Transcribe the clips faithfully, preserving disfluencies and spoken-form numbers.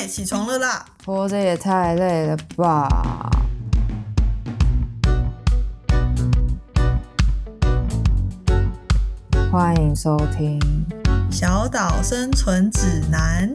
起床了啦！ 活着也太累了吧！欢迎收听 《小岛生存指南》。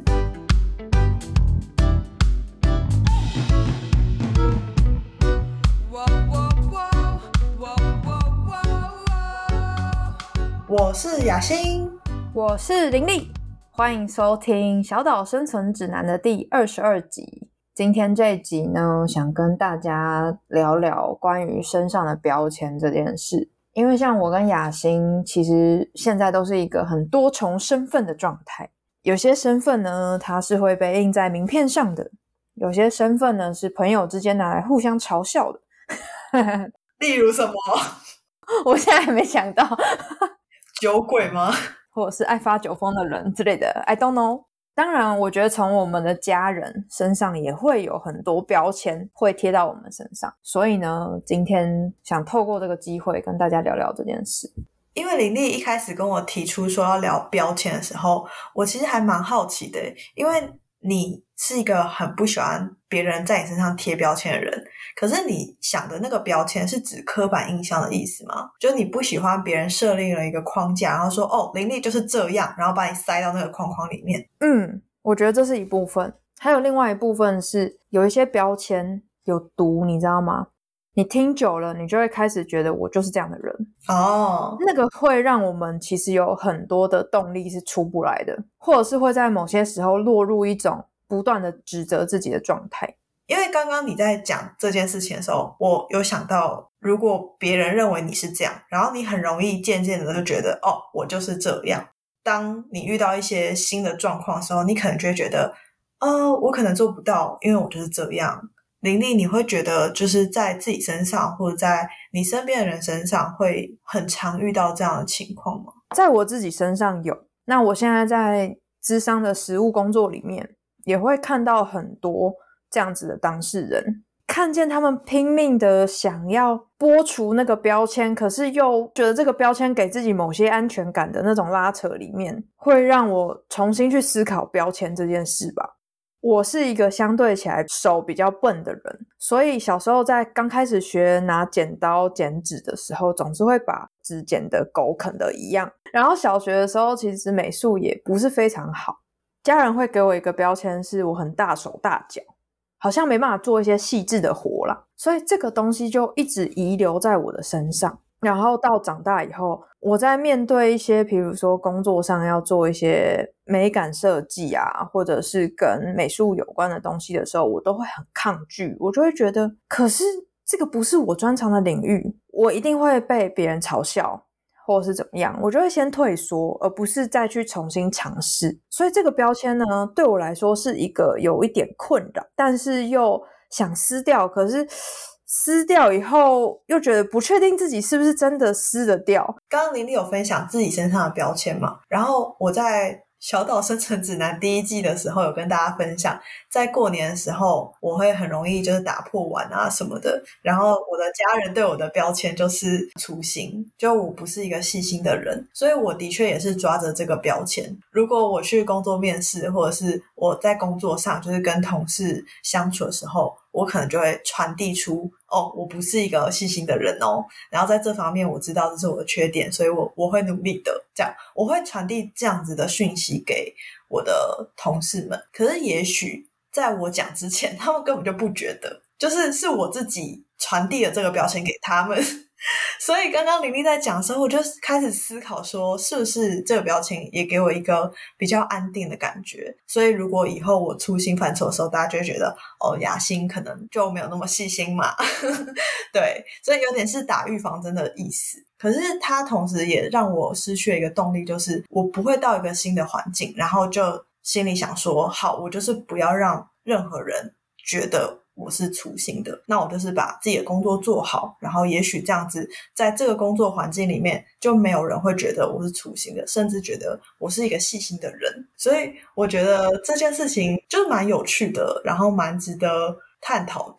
我是雅欣， 我是林丽，欢迎收听《小岛生存指南》的第二十二集。今天这一集呢，想跟大家聊聊关于身上的标签这件事。因为像我跟雅欣，其实现在都是一个很多重身份的状态。有些身份呢，它是会被印在名片上的；有些身份呢，是朋友之间拿来互相嘲笑的。 例如什么？ 我现在还没想到。 酒鬼吗？ 或者是爱发酒疯的人之类的 I don't know。 当然我觉得从我们的家人身上也会有很多标签会贴到我们身上，所以呢今天想透过这个机会跟大家聊聊这件事。 因为林丽一开始跟我提出说要聊标签的时候，我其实还蛮好奇的，因为你是一个很不喜欢别人在你身上贴标签的人，可是你想的那个标签是指刻板印象的意思吗？就是你不喜欢别人设立了一个框架，然后说哦，林丽就是这样，然后把你塞到那个框框里面。 嗯，我觉得这是一部分，还有另外一部分是有一些标签有毒，你知道吗？你听久了，你就会开始觉得我就是这样的人哦， 那个会让我们其实有很多的动力是出不来的，或者是会在某些时候落入一种不断的指责自己的状态。 因为刚刚你在讲这件事情的时候，我有想到如果别人认为你是这样，然后你很容易渐渐的就觉得哦，我就是这样。当你遇到一些新的状况的时候，你可能就会觉得呃，我可能做不到，因为我就是这样。林丽，你会觉得就是在自己身上或者在你身边的人身上会很常遇到这样的情况吗？ 在我自己身上有，那我现在在諮商的实务工作里面也会看到很多这样子的当事人，看见他们拼命的想要剥除那个标签，可是又觉得这个标签给自己某些安全感的那种拉扯里面，会让我重新去思考标签这件事吧。我是一个相对起来手比较笨的人，所以小时候在刚开始学拿剪刀剪纸的时候，总是会把纸剪得狗啃的一样。然后小学的时候其实美术也不是非常好，家人会给我一个标签是我很大手大脚，好像没办法做一些细致的活啦，所以这个东西就一直遗留在我的身上。然后到长大以后，我在面对一些比如说工作上要做一些美感设计啊，或者是跟美术有关的东西的时候，我都会很抗拒。我就会觉得可是这个不是我专长的领域，我一定会被别人嘲笑或者是怎么样，我就会先退缩，而不是再去重新尝试。所以这个标签呢，对我来说是一个有一点困扰，但是又想撕掉，可是撕掉以后又觉得不确定自己是不是真的撕得掉。 刚刚林丽有分享自己身上的标签嘛，然后我在小岛生存指南第一季的时候有跟大家分享，在过年的时候我会很容易就是打破碗啊什么的，然后我的家人对我的标签就是粗心，就我不是一个细心的人，所以我的确也是抓着这个标签。如果我去工作面试，或者是我在工作上就是跟同事相处的时候，我可能就会传递出哦，我不是一个细心的人哦，然后在这方面我知道这是我的缺点，所以我我会努力的，这样我会传递这样子的讯息给我的同事们。可是也许在我讲之前，他们根本就不觉得，就是是我自己传递了这个标签给他们。所以刚刚林丽在讲的时候，我就开始思考说，是不是这个标签也给我一个比较安定的感觉。所以如果以后我粗心犯错的时候，大家就会觉得哦，雅欣可能就没有那么细心嘛。对，所以有点是打预防针的意思。可是它同时也让我失去了一个动力，就是我不会到一个新的环境，然后就心里想说好，我就是不要让任何人觉得我是粗心的，那我就是把自己的工作做好，然后也许这样子在这个工作环境里面就没有人会觉得我是粗心的，甚至觉得我是一个细心的人。所以我觉得这件事情就是蛮有趣的，然后蛮值得探讨的。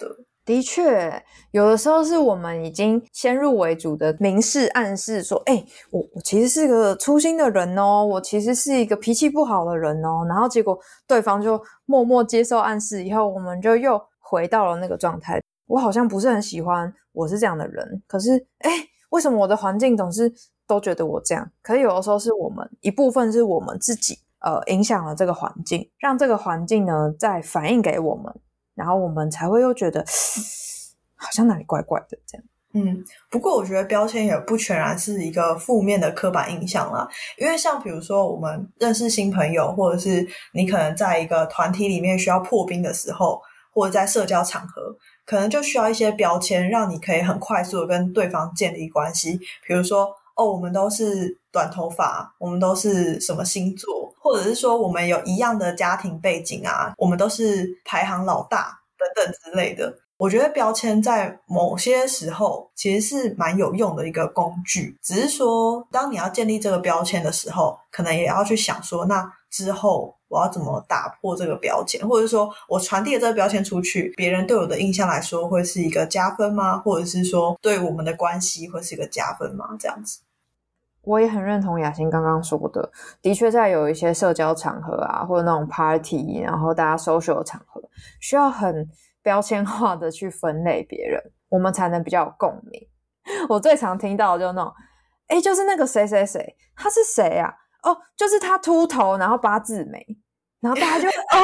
的确，有的时候是我们已经先入为主的明示暗示说，哎、欸，我我其实是个粗心的人哦，我其实是一个脾气不好的人哦，然后结果对方就默默接受暗示以后，我们就又回到了那个状态。我好像不是很喜欢我是这样的人，可是哎、欸，为什么我的环境总是都觉得我这样？可是有的时候是我们一部分是我们自己呃影响了这个环境，让这个环境呢再反映给我们。然后我们才会又觉得好像哪里怪怪的这样。 嗯，不过我觉得标签也不全然是一个负面的刻板印象啦，因为像比如说我们认识新朋友，或者是你可能在一个团体里面需要破冰的时候，或者在社交场合，可能就需要一些标签让你可以很快速的跟对方建立关系。比如说哦，我们都是短头发，我们都是什么星座，或者是说我们有一样的家庭背景啊，我们都是排行老大等等之类的。我觉得标签在某些时候其实是蛮有用的一个工具，只是说当你要建立这个标签的时候，可能也要去想说，那之后我要怎么打破这个标签，或者说我传递了这个标签出去，别人对我的印象来说会是一个加分吗？或者是说对我们的关系会是一个加分吗？这样子。 我也很认同雅欣刚刚说的，的确在有一些社交场合啊，或者那种 party， 然后大家 social 的场合，需要很标签化的去分类别人，我们才能比较有共鸣。我最常听到的就是那种，诶，就是那个谁谁谁，他是谁啊？哦，就是他秃头，然后八字眉，然后大家就哦，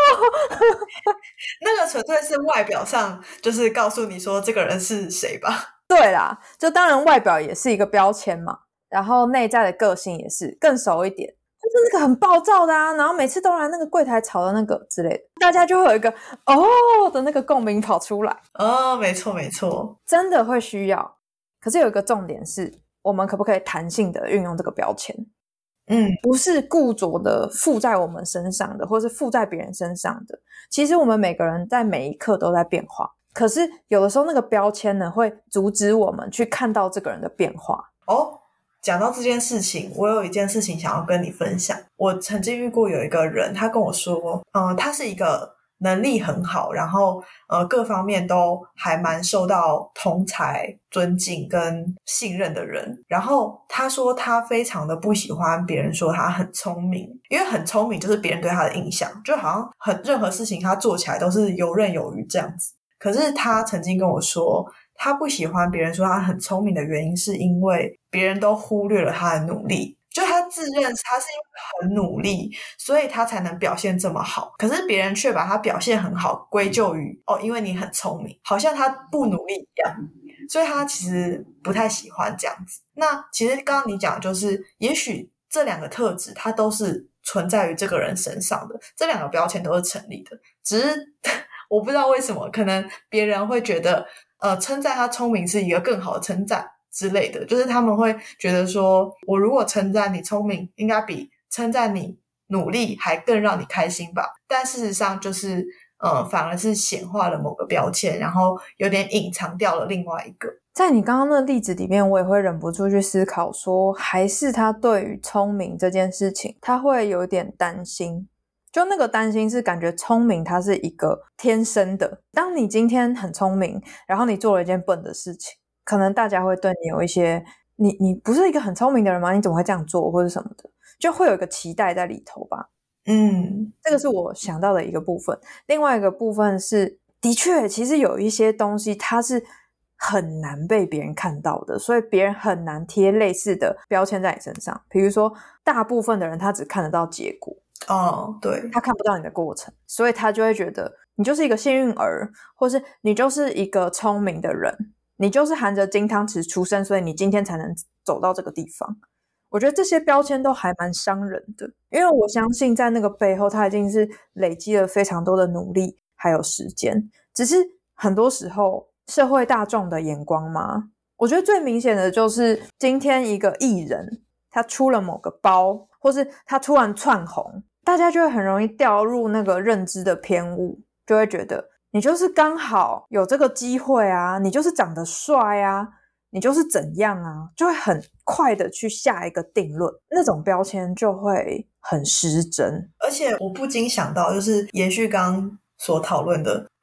那个纯粹是外表上就是告诉你说这个人是谁吧。 对啦，就当然外表也是一个标签嘛，然后内在的个性也是更熟一点，就是那个很暴躁的啊，然后每次都来那个柜台吵的那个之类的，大家就会有一个哦的那个共鸣跑出来。 哦，没错没错， 真的会需要。可是有一个重点是，我们可不可以弹性的运用这个标签？ 嗯， 不是固着的附在我们身上的，或是附在别人身上的。其实我们每个人在每一刻都在变化，可是有的时候那个标签呢，会阻止我们去看到这个人的变化。 哦，讲到这件事情，我有一件事情想要跟你分享。我曾经遇过有一个人，他跟我说，嗯、呃，他是一个能力很好，然后呃各方面都还蛮受到同侪尊敬跟信任的人。然后他说他非常的不喜欢别人说他很聪明，因为很聪明就是别人对他的印象，就好像很任何事情他做起来都是游刃有余这样子。可是他曾经跟我说，他不喜欢别人说他很聪明的原因是因为别人都忽略了他的努力，就他自认他是因为很努力，所以他才能表现这么好，可是别人却把他表现很好归咎于哦，因为你很聪明，好像他不努力一样，所以他其实不太喜欢这样子。那其实刚刚你讲的就是也许这两个特质它都是存在于这个人身上的，这两个标签都是成立的，只是我不知道为什么可能别人会觉得呃，称赞他聪明是一个更好的称赞之类的，就是他们会觉得说我如果称赞你聪明应该比称赞你努力还更让你开心吧，但事实上就是呃，反而是显化了某个标签，然后有点隐藏掉了另外一个。 在你刚刚的例子里面，我也会忍不住去思考说，还是他对于聪明这件事情他会有点担心，就那个担心是感觉聪明它是一个天生的，当你今天很聪明，然后你做了一件笨的事情，可能大家会对你有一些你你不是一个很聪明的人吗？你怎么会这样做或者什么的，就会有一个期待在里头吧。 嗯， 这个是我想到的一个部分。另外一个部分是的确其实有一些东西它是很难被别人看到的，所以别人很难贴类似的标签在你身上。比如说大部分的人他只看得到结果， 哦，对， 他看不到你的过程，所以他就会觉得你就是一个幸运儿，或是你就是一个聪明的人，你就是含着金汤匙出生，所以你今天才能走到这个地方。我觉得这些标签都还蛮伤人的，因为我相信在那个背后他已经是累积了非常多的努力还有时间，只是很多时候社会大众的眼光嘛，我觉得最明显的就是今天一个艺人他出了某个包，或是他突然窜红，大家就会很容易掉入那个认知的偏误，就会觉得你就是刚好有这个机会啊，你就是长得帅啊，你就是怎样啊，就会很快的去下一个定论，那种标签就会很失真。 而且我不禁想到就是延续刚刚所讨论的，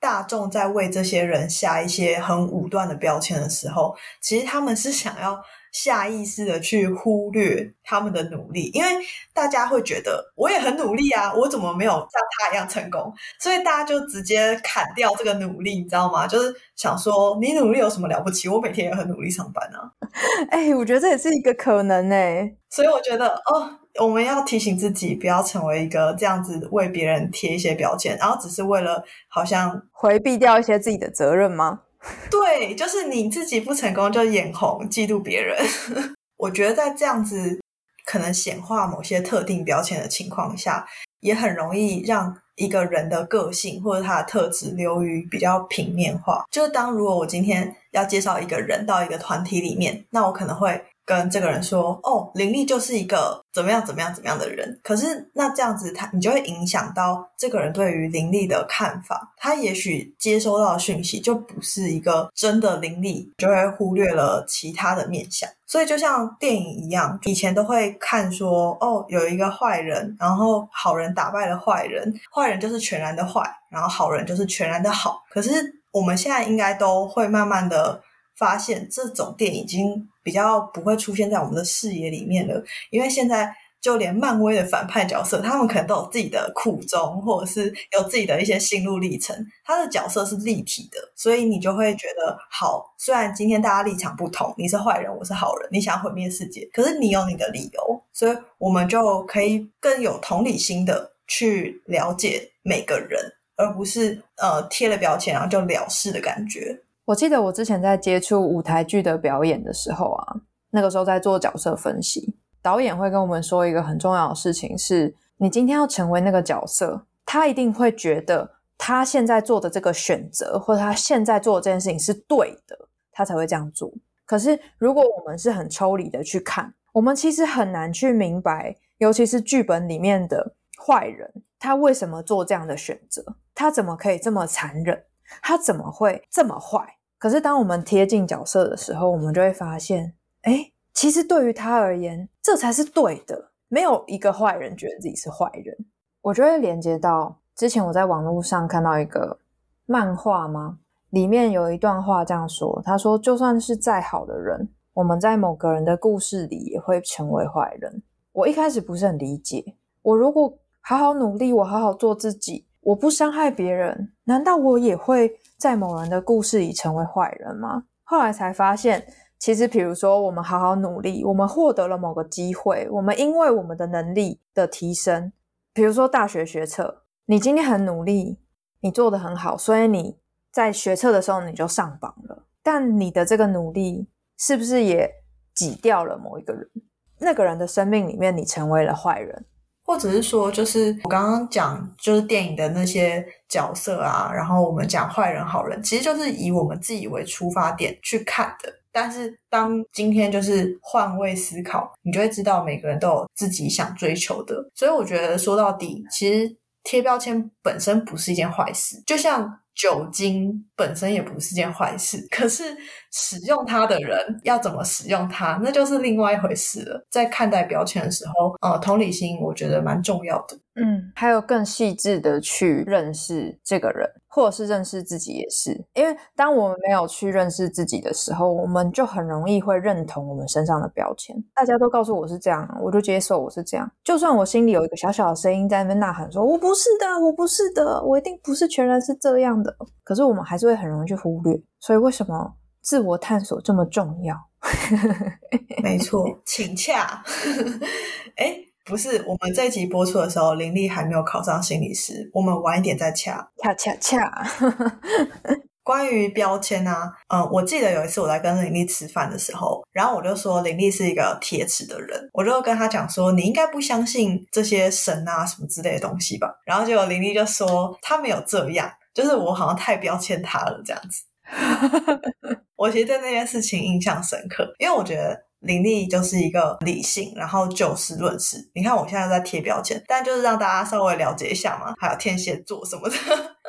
大众在为这些人下一些很武断的标签的时候，其实他们是想要下意识的去忽略他们的努力，因为大家会觉得我也很努力啊，我怎么没有像他一样成功，所以大家就直接砍掉这个努力，你知道吗？就是想说你努力有什么了不起，我每天也很努力上班啊。 哎、欸，我觉得这也是一个可能欸。 所以我觉得哦，我们要提醒自己不要成为一个这样子为别人贴一些标签，然后只是为了好像回避掉一些自己的责任吗？ 对，就是你自己不成功就眼红嫉妒别人。我觉得在这样子可能显化某些特定标签的情况下，也很容易让一个人的个性或者他的特质流于比较平面化。就是当如果我今天要介绍一个人到一个团体里面，那我可能会跟这个人说，哦，林立就是一个怎么样怎么样怎么样的人，可是那这样子他你就会影响到这个人对于林立的看法，他也许接收到的讯息就不是一个真的林立，就会忽略了其他的面向。所以就像电影一样，以前都会看说，哦，有一个坏人，然后好人打败了坏人，坏人就是全然的坏，然后好人就是全然的好。可是我们现在应该都会慢慢的发现，这种电影已经比较不会出现在我们的视野里面了，因为现在就连漫威的反派角色，他们可能都有自己的苦衷，或者是有自己的一些心路历程，他的角色是立体的，所以你就会觉得好，虽然今天大家立场不同，你是坏人我是好人，你想毁灭世界，可是你有你的理由，所以我们就可以更有同理心的去了解每个人，而不是呃贴了标签然后就了事的感觉。 我记得我之前在接触舞台剧的表演的时候啊，那个时候在做角色分析，导演会跟我们说一个很重要的事情是，你今天要成为那个角色，他一定会觉得他现在做的这个选择或者他现在做的这件事情是对的，他才会这样做。可是如果我们是很抽离的去看，我们其实很难去明白，尤其是剧本里面的坏人，他为什么做这样的选择，他怎么可以这么残忍，他怎么会这么坏。可是当我们贴近角色的时候，我们就会发现，诶，其实对于他而言这才是对的，没有一个坏人觉得自己是坏人。我就会连接到之前我在网络上看到一个漫画吗，里面有一段话这样说，他说就算是再好的人，我们在某个人的故事里也会成为坏人。我一开始不是很理解，我如果好好努力，我好好做自己，我不伤害别人，难道我也会在某人的故事里成为坏人吗？后来才发现，其实比如说我们好好努力，我们获得了某个机会，我们因为我们的能力的提升，比如说大学学测，你今天很努力，你做得很好，所以你在学测的时候你就上榜了，但你的这个努力是不是也挤掉了某一个人，那个人的生命里面你成为了坏人。 或者是说就是我刚刚讲就是电影的那些角色啊，然后我们讲坏人好人，其实就是以我们自己为出发点去看的，但是当今天就是换位思考，你就会知道每个人都有自己想追求的。所以我觉得说到底，其实贴标签本身不是一件坏事，就像酒精本身也不是件坏事，可是使用它的人要怎么使用它，那就是另外一回事了。在看待标签的时候，呃，同理心我觉得蛮重要的。 嗯，还有更细致的去认识这个人，或者是认识自己也是。因为当我们没有去认识自己的时候，我们就很容易会认同我们身上的标签。大家都告诉我是这样，我就接受我是这样。就算我心里有一个小小的声音在那边呐喊说，我不是的，我不是的，我一定不是全然是这样的。可是我们还是会很容易去忽略。所以为什么自我探索这么重要？ 没错，请洽。诶不是，我们这一集播出的时候，林立还没有考上心理师，我们晚一点再洽。 恰恰恰。 关于标签啊，嗯，我记得有一次我在跟林立吃饭的时候，然后我就说林立是一个铁齿的人，我就跟他讲说，你应该不相信这些神啊什么之类的东西吧。然后结果林立就说他没有这样，就是我好像太标签他了这样子。我其实对那件事情印象深刻，因为我觉得林立就是一个理性然后就事论事。你看我现在在贴标签，但就是让大家稍微了解一下嘛，还有天蝎座什么的。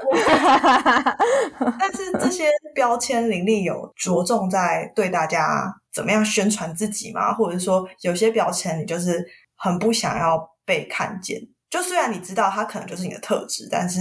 但是这些标签林立有着重在对大家怎么样宣传自己吗？或者说有些标签你就是很不想要被看见，就虽然你知道它可能就是你的特质，但是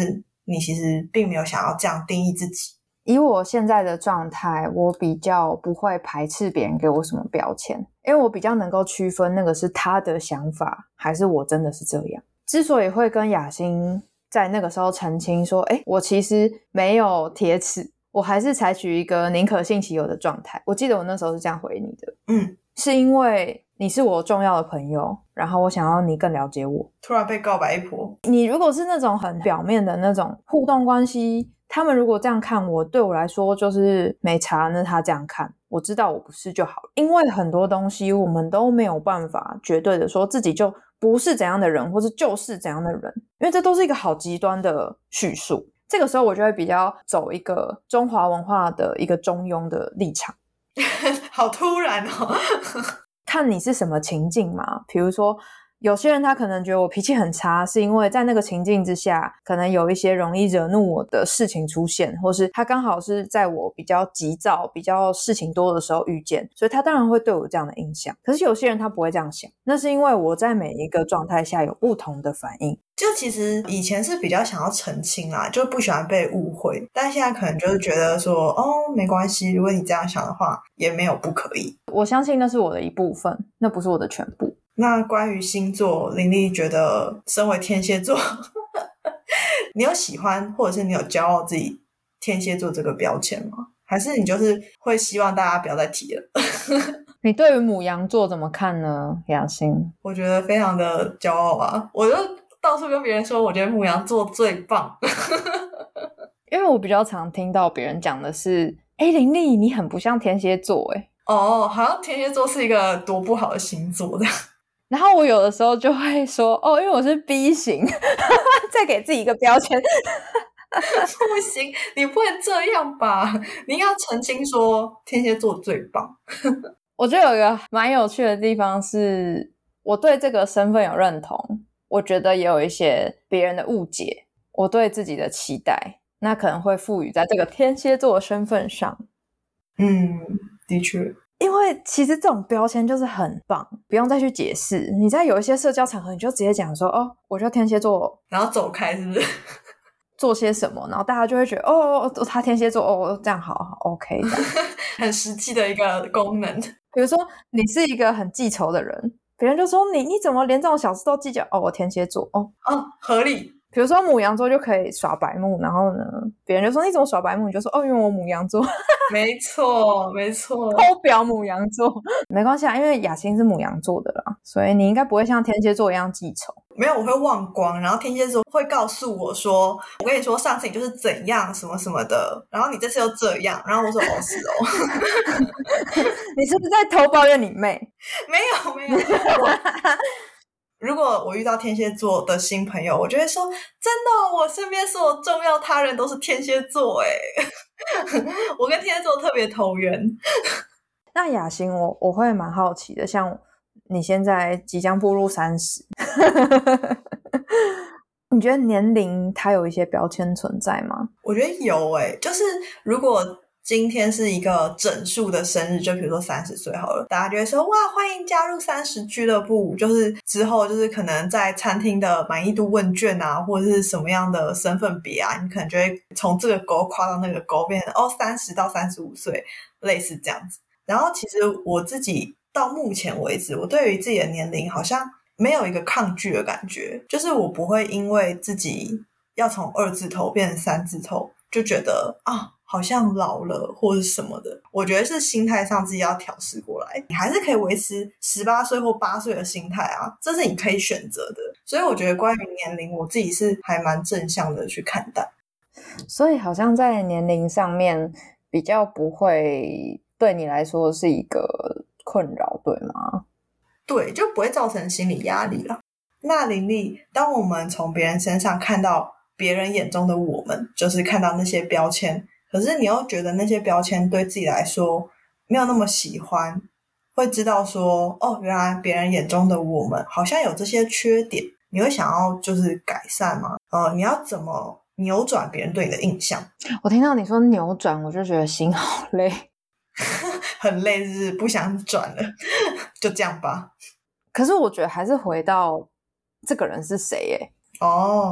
你其实并没有想要这样定义自己？ 以我现在的状态，我比较不会排斥别人给我什么标签，因为我比较能够区分那个是他的想法还是我真的是这样。之所以会跟雅欣在那个时候澄清说诶我其实没有铁齿，我还是采取一个宁可信其有的状态。我记得我那时候是这样回你的， 嗯， 是因为你是我重要的朋友，然后我想要你更了解我。 突然被告白一波， 你如果是那种很表面的那种互动关系，他们如果这样看我，对我来说就是没差，那他这样看，我知道我不是就好了。因为很多东西我们都没有办法绝对的说自己就不是怎样的人，或是就是怎样的人，因为这都是一个好极端的叙述。这个时候我就会比较走一个中华文化的一个中庸的立场。 好突然哦看你是什么情境嘛，比如说有些人他可能觉得我脾气很差，是因为在那个情境之下可能有一些容易惹怒我的事情出现，或是他刚好是在我比较急躁比较事情多的时候遇见，所以他当然会对我这样的印象。可是有些人他不会这样想，那是因为我在每一个状态下有不同的反应。 就其实以前是比较想要澄清啦，就不喜欢被误会，但现在可能就是觉得说哦没关系，如果你这样想的话也没有不可以。 我相信那是我的一部分，那不是我的全部。 那关于星座，玲莉觉得身为天蝎座你有喜欢或者是你有骄傲自己天蝎座这个标签吗？还是你就是会希望大家不要再提了你对于牡羊座怎么看呢，雅欣？ 我觉得非常的骄傲啊，我就到处跟别人说我觉得牡羊座最棒因为我比较常听到别人讲的是诶玲莉你很不像天蝎座诶哦，好像天蝎座是一个多不好的星座的然后我有的时候就会说哦因为我是 B 型再给自己一个标签不行，你不能这样吧，你应该要澄清说天蝎座最棒我觉得有一个蛮有趣的地方是我对这个身份有认同，我觉得也有一些别人的误解，我对自己的期待那可能会赋予在这个天蝎座的身份上。 嗯，的确， 因为其实这种标签就是很棒，不用再去解释，你在有一些社交场合你就直接讲说哦我就天蝎座然后走开是不是做些什么，然后大家就会觉得哦他天蝎座哦这样好好 OK 这样很实际的一个功能。 比如说你是一个很记仇的人，别人就说你你怎么连这种小事都计较，哦我天蝎座哦哦，合理。 比如说牡羊座就可以耍白目，然后呢别人就说你怎么耍白目，你就说哦因为我牡羊座没错没错， 偷表牡羊座没关系啊，因为雅欣是牡羊座的啦，所以你应该不会像天蝎座一样记仇。 没有，我会忘光，然后天蝎座会告诉我说我跟你说上次你就是怎样什么什么的，然后你这次又这样，然后我说哦是哦你是不是在偷抱怨你妹？ 没有没有我如果我遇到天蝎座的新朋友，我就会说真的我身边所有重要他人都是天蝎座耶我跟天蝎座特别投缘那雅欣我我会蛮好奇的，像你现在即将步入三十你觉得年龄它有一些标签存在吗？ 我觉得有耶，就是如果今天是一个整数的生日，就比如说三十岁好了，大家就会说哇欢迎加入三十俱乐部，就是之后就是可能在餐厅的满意度问卷啊，或者是什么样的身份别啊，你可能就会从这个勾跨到那个勾，变成哦三十到三十五岁，类似这样子。然后其实我自己到目前为止，我对于自己的年龄好像没有一个抗拒的感觉，就是我不会因为自己要从二字头变成三字头就觉得啊好像老了或者什么的。我觉得是心态上自己要调试过来，你还是可以维持十八岁或八岁的心态啊，这是你可以选择的。所以我觉得关于年龄我自己是还蛮正向的去看待。 所以好像在年龄上面比较不会对你来说是一个困扰，对吗？ 对，就不会造成心理压力了。那玲莉，当我们从别人身上看到别人眼中的我们，就是看到那些标签，可是你又觉得那些标签对自己来说没有那么喜欢，会知道说哦，原来别人眼中的我们好像有这些缺点，你会想要就是改善吗？呃，你要怎么扭转别人对你的印象？ 我听到你说扭转，我就觉得心好累很累，是不想转了就这样吧。 可是我觉得还是回到这个人是谁耶。 哦，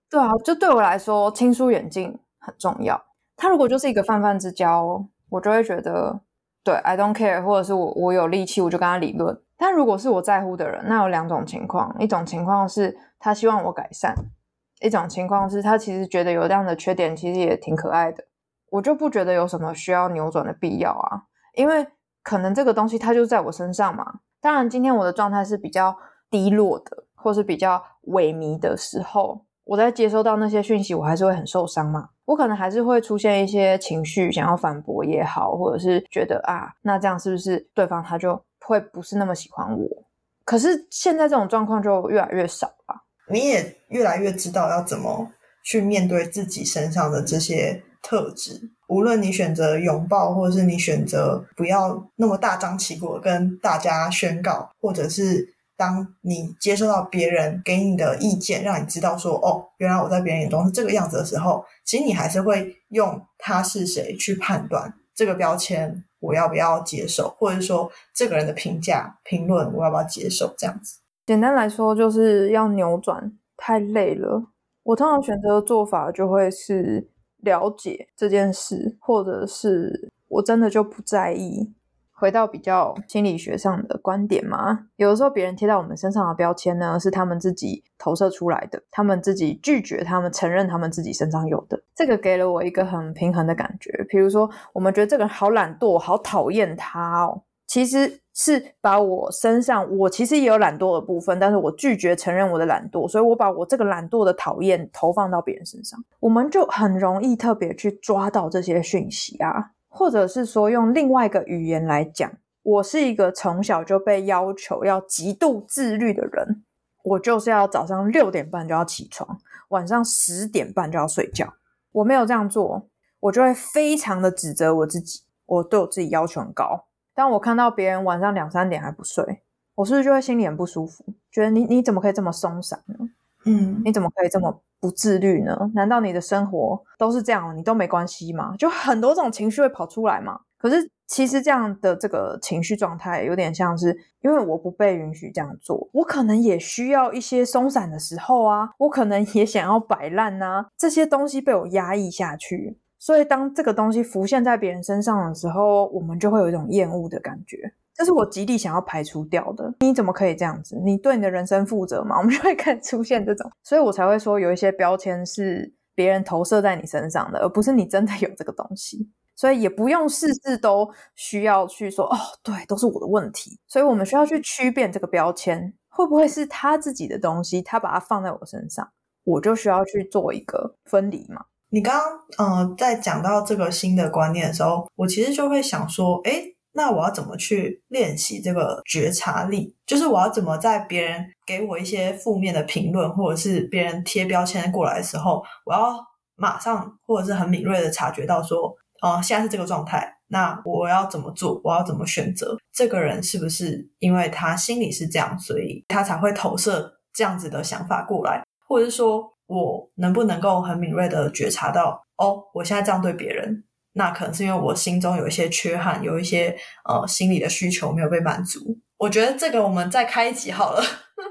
对啊，就对我来说亲疏远近很重要。他如果就是一个泛泛之交，我就会觉得对 I don't care， 或者是我我有力气我就跟他理论。但如果是我在乎的人，那有两种情况，一种情况是他希望我改善，一种情况是他其实觉得有这样的缺点其实也挺可爱的，我就不觉得有什么需要扭转的必要啊。因为可能这个东西它就在我身上嘛。当然今天我的状态是比较低落的或是比较萎靡的时候，我在接收到那些讯息我还是会很受伤嘛，我可能还是会出现一些情绪，想要反驳也好，或者是觉得啊，那这样是不是对方他就会不是那么喜欢我。可是现在这种状况就越来越少了， 你也越来越知道要怎么去面对自己身上的这些特质，无论你选择拥抱，或者是你选择不要那么大张旗鼓跟大家宣告，或者是当你接受到别人给你的意见，让你知道说哦，原来我在别人眼中是这个样子的时候，其实你还是会用他是谁去判断这个标签我要不要接受，或者说这个人的评价评论我要不要接受，这样子。 简单来说就是要扭转太累了，我通常选择的做法就会是了解这件事，或者是我真的就不在意。回到比较心理学上的观点嘛，有的时候别人贴到我们身上的标签呢，是他们自己投射出来的，他们自己拒绝，他们承认他们自己身上有的。这个给了我一个很平衡的感觉。比如说我们觉得这个人好懒惰，好讨厌他哦，其实是把我身上我其实也有懒惰的部分，但是我拒绝承认我的懒惰，所以我把我这个懒惰的讨厌投放到别人身上。我们就很容易特别去抓到这些讯息啊，或者是说用另外一个语言来讲，我是一个从小就被要求要极度自律的人，我就是要早上六点半就要起床，晚上十点半就要睡觉。我没有这样做，我就会非常的指责我自己，我对我自己要求很高。当我看到别人晚上两三点还不睡，我是不是就会心里很不舒服，觉得你你怎么可以这么松散呢？ 嗯， 你怎么可以这么不自律呢？难道你的生活都是这样，你都没关系吗？就很多种情绪会跑出来嘛。可是其实这样的这个情绪状态有点像是，因为我不被允许这样做，我可能也需要一些松散的时候啊，我可能也想要摆烂啊，这些东西被我压抑下去，所以当这个东西浮现在别人身上的时候，我们就会有一种厌恶的感觉，这是我极力想要排除掉的。你怎么可以这样子？你对你的人生负责吗？我们就会开始出现这种，所以我才会说有一些标签是别人投射在你身上的，而不是你真的有这个东西。所以也不用事事都需要去说哦，对，都是我的问题。所以我们需要去区辨这个标签会不会是他自己的东西，他把它放在我身上，我就需要去做一个分离嘛。 你刚刚呃在讲到这个新的观念的时候，我其实就会想说，诶，那我要怎么去练习这个觉察力？就是我要怎么在别人给我一些负面的评论，或者是别人贴标签过来的时候，我要马上或者是很敏锐的察觉到说，呃，现在是这个状态，那我要怎么做？我要怎么选择？这个人是不是因为他心里是这样，所以他才会投射这样子的想法过来？或者是说我能不能够很敏锐的觉察到，哦，我现在这样对别人，那可能是因为我心中有一些缺憾，有一些呃心理的需求没有被满足。我觉得这个我们再开一集好了。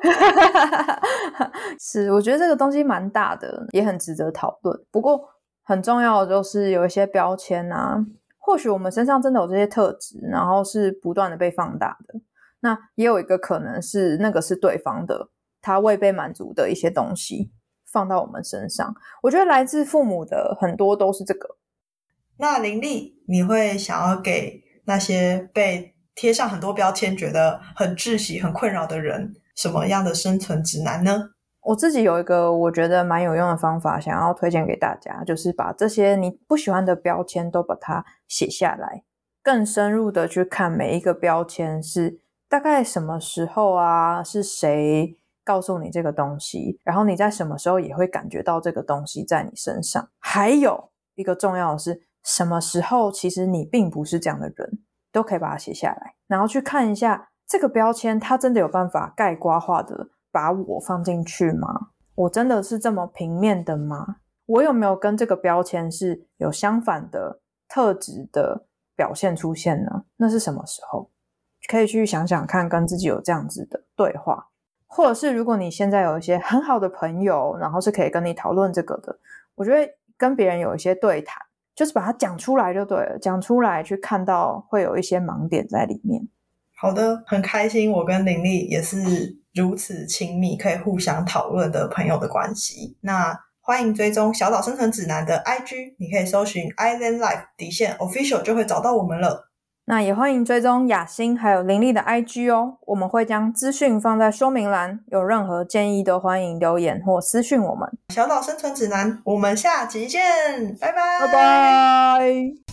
是，我觉得这个东西蛮大的，也很值得讨论。不过很重要的就是有一些标签啊，或许我们身上真的有这些特质，然后是不断的被放大的。那也有一个可能是那个是对方的，他未被满足的一些东西放到我们身上。我觉得来自父母的很多都是这个。 那林丽，你会想要给那些被贴上很多标签觉得很窒息很困扰的人什么样的生存指南呢？ 我自己有一个我觉得蛮有用的方法想要推荐给大家，就是把这些你不喜欢的标签都把它写下来，更深入的去看每一个标签是大概什么时候啊，是谁告诉你这个东西，然后你在什么时候也会感觉到这个东西在你身上。还有一个重要的是什么时候其实你并不是这样的人，都可以把它写下来，然后去看一下这个标签它真的有办法概括化的把我放进去吗？我真的是这么平面的吗？我有没有跟这个标签是有相反的特质的表现出现呢？那是什么时候？可以去想想看，跟自己有这样子的对话。 或者是如果你现在有一些很好的朋友，然后是可以跟你讨论这个的，我觉得跟别人有一些对谈，就是把它讲出来就对了，讲出来去看到会有一些盲点在里面。 好的，很开心我跟林丽也是如此亲密可以互相讨论的朋友的关系。那欢迎追踪小岛生存指南的 I G， 你可以搜寻 Island Life 底线 Official 就会找到我们了。 那也欢迎追踪雅欣还有林丽的 I G 哦，我们会将资讯放在说明栏，有任何建议都欢迎留言或私讯我们。 小岛生存指南，我们下集见，拜拜， 拜拜。